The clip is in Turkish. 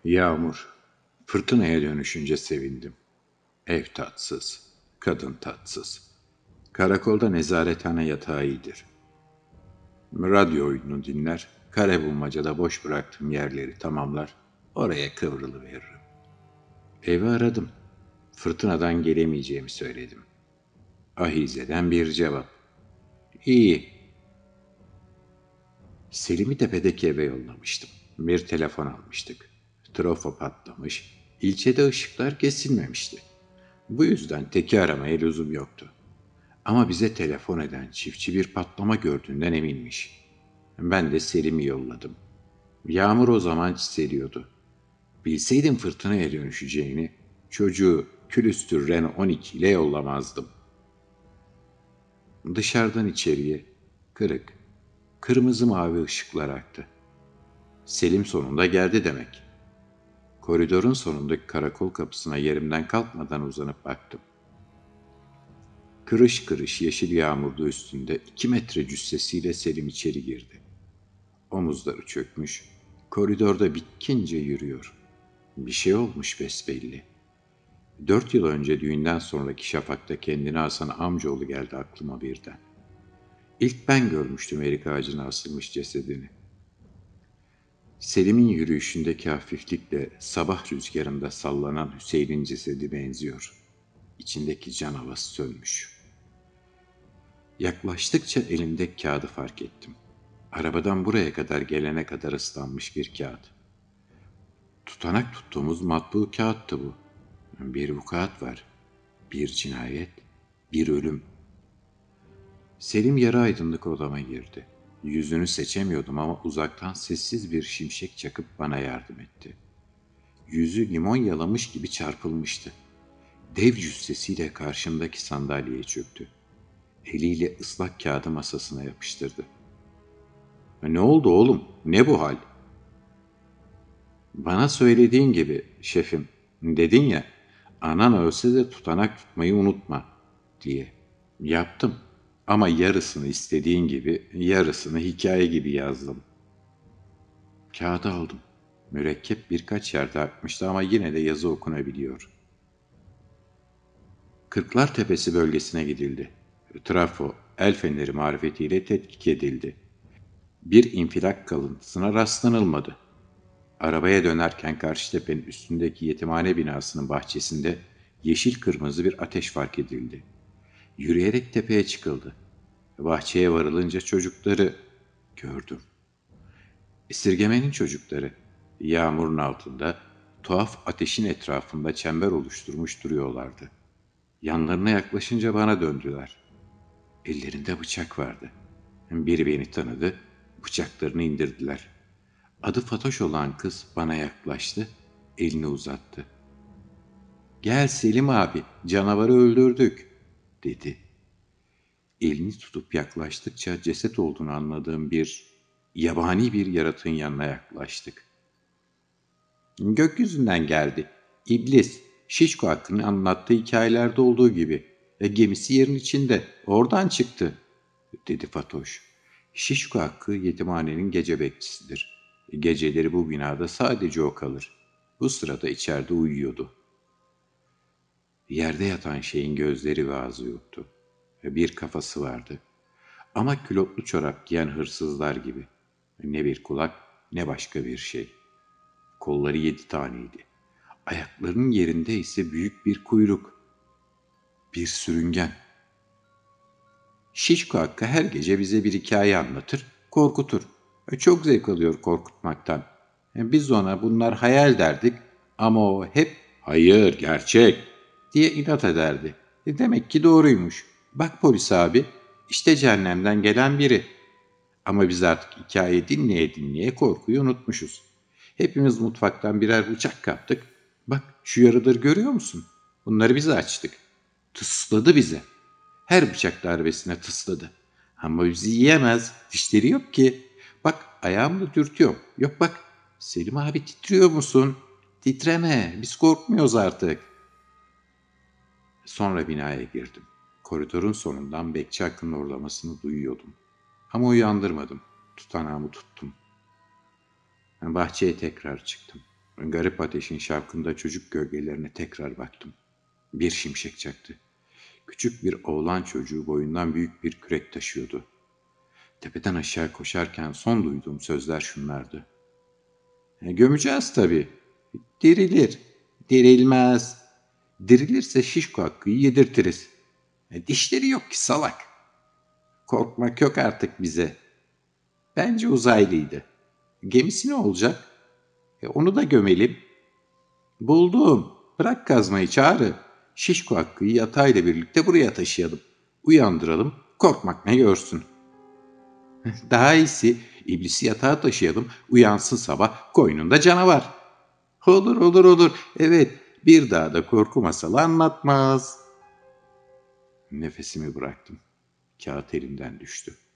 Yağmur, fırtınaya dönüşünce sevindim. Ev tatsız, kadın tatsız. Karakolda nezarethane yatağı iyidir. Radyo oyununu dinler, kare bulmacada boş bıraktığım yerleri tamamlar, oraya kıvrılıveririm. Evi aradım. Fırtınadan gelemeyeceğimi söyledim. Ahize'den bir cevap. İyi. Selim'i tepedeki eve yollamıştım. Bir telefon almıştık. Trafo patlamış, ilçede ışıklar kesilmemişti. Bu yüzden teki aramaya lüzum yoktu. Ama bize telefon eden çiftçi bir patlama gördüğünden eminmiş. Ben de Selim'i yolladım. Yağmur o zaman çiseliyordu. Bilseydim fırtınaya dönüşeceğini, çocuğu külüstür Renault 12 ile yollamazdım. Dışarıdan içeriye, kırık, kırmızı mavi ışıklar aktı. Selim sonunda geldi demek. Koridorun sonundaki karakol kapısına yerimden kalkmadan uzanıp baktım. Kırış kırış yeşil yağmurlu üstünde 2 metre cüssesiyle Selim içeri girdi. Omuzları çökmüş, koridorda bitkince yürüyor. Bir şey olmuş besbelli. 4 yıl önce düğünden sonraki şafakta kendini asan amcaoğlu geldi aklıma birden. İlk ben görmüştüm erik ağacına asılmış cesedini. Selim'in yürüyüşündeki hafiflikle sabah rüzgarında sallanan Hüseyin'in cesedi benziyor. İçindeki can havası sönmüş. Yaklaştıkça elimde kağıdı fark ettim. Arabadan buraya kadar gelene kadar ıslanmış bir kağıt. Tutanak tuttuğumuz matbu kağıttı bu. Bir vukuat var, bir cinayet, bir ölüm. Selim yarı aydınlık odama girdi. Yüzünü seçemiyordum ama uzaktan sessiz bir şimşek çakıp bana yardım etti. Yüzü limon yalamış gibi çarpılmıştı. Dev cüssesiyle karşımdaki sandalyeye çöktü. Eliyle ıslak kağıdı masasına yapıştırdı. "Ne oldu oğlum? Ne bu hal?" "Bana söylediğin gibi şefim, dedin ya, anan ölse de tutanak tutmayı unutma diye. Yaptım ama yarısını istediğin gibi, yarısını hikaye gibi yazdım." Kağıdı aldım. Mürekkep birkaç yerde akmıştı ama yine de yazı okunabiliyor. Kırklar Tepesi bölgesine gidildi. Trafo, el feneri marifetiyle tetkik edildi. Bir infilak kalıntısına rastlanılmadı. Arabaya dönerken Karşıtepe'nin üstündeki yetimhane binasının bahçesinde yeşil kırmızı bir ateş fark edildi. Yürüyerek tepeye çıkıldı. Bahçeye varılınca çocukları gördüm. Esirgemenin çocukları yağmurun altında tuhaf ateşin etrafında çember oluşturmuş duruyorlardı. Yanlarına yaklaşınca bana döndüler. Ellerinde bıçak vardı. Biri beni tanıdı, bıçaklarını indirdiler. Adı Fatoş olan kız bana yaklaştı, elini uzattı. "Gel Selim abi, canavarı öldürdük," dedi. Elini tutup yaklaştıkça ceset olduğunu anladığım yabani bir yaratığın yanına yaklaştık. "Gökyüzünden geldi. İblis, Şişko Hakkı'nın anlattığı hikayelerde olduğu gibi. Gemisi yerin içinde, oradan çıktı," dedi Fatoş. Şişko Hakkı yetimhanenin gece bekçisidir. Geceleri bu binada sadece o kalır. Bu sırada içeride uyuyordu. Yerde yatan şeyin gözleri ve ağzı yoktu. Bir kafası vardı. Ama külotlu çorap giyen hırsızlar gibi. Ne bir kulak ne başka bir şey. Kolları 7 taneydi. Ayaklarının yerinde ise büyük bir kuyruk. Bir sürüngen. Şişko Hakkı her gece bize bir hikaye anlatır, korkutur. Çok zevk alıyor korkutmaktan. Biz ona bunlar hayal derdik ama o hep "hayır gerçek" diye inat ederdi. Demek ki doğruymuş. Bak polis abi, işte cehennemden gelen biri. Ama biz artık hikaye dinleye dinleye korkuyu unutmuşuz. Hepimiz mutfaktan birer bıçak kaptık. Bak şu yaraları görüyor musun? Bunları biz açtık. Tısladı bize. Her bıçak darbesine tısladı. Ama bizi yiyemez. Dişleri yok ki. Bak ayağımla dürtüyorum. Yok bak. Selim abi titriyor musun? Titreme. Biz korkmuyoruz artık. Sonra binaya girdim. Koridorun sonundan bekçi Hakkı'nın horlamasını duyuyordum. Ama uyandırmadım. Tutanağımı tuttum. Bahçeye tekrar çıktım. Garip ateşin şavkında çocuk gölgelerine tekrar baktım. Bir şimşek çaktı. Küçük bir oğlan çocuğu boyundan büyük bir kürek taşıyordu. Tepeden aşağı koşarken son duyduğum sözler şunlardı. Gömeceğiz tabii. Dirilir. Dirilmez. Dirilirse şişko hakkıyı yedirtiriz. Dişleri yok ki salak. Korkmak yok artık bize. Bence uzaylıydı. Gemisi ne olacak? Onu da gömelim. Buldum. Bırak kazmayı Çağrı. Şişko hakkıyı yatağıyla birlikte buraya taşıyalım. Uyandıralım. Korkmak ne görsün. Daha iyisi iblisi yatağa taşıyalım. Uyansın sabah koynunda canavar. Olur olur olur. Evet, bir daha da korku masalı anlatmaz. Nefesimi bıraktım. Kağıt elimden düştü.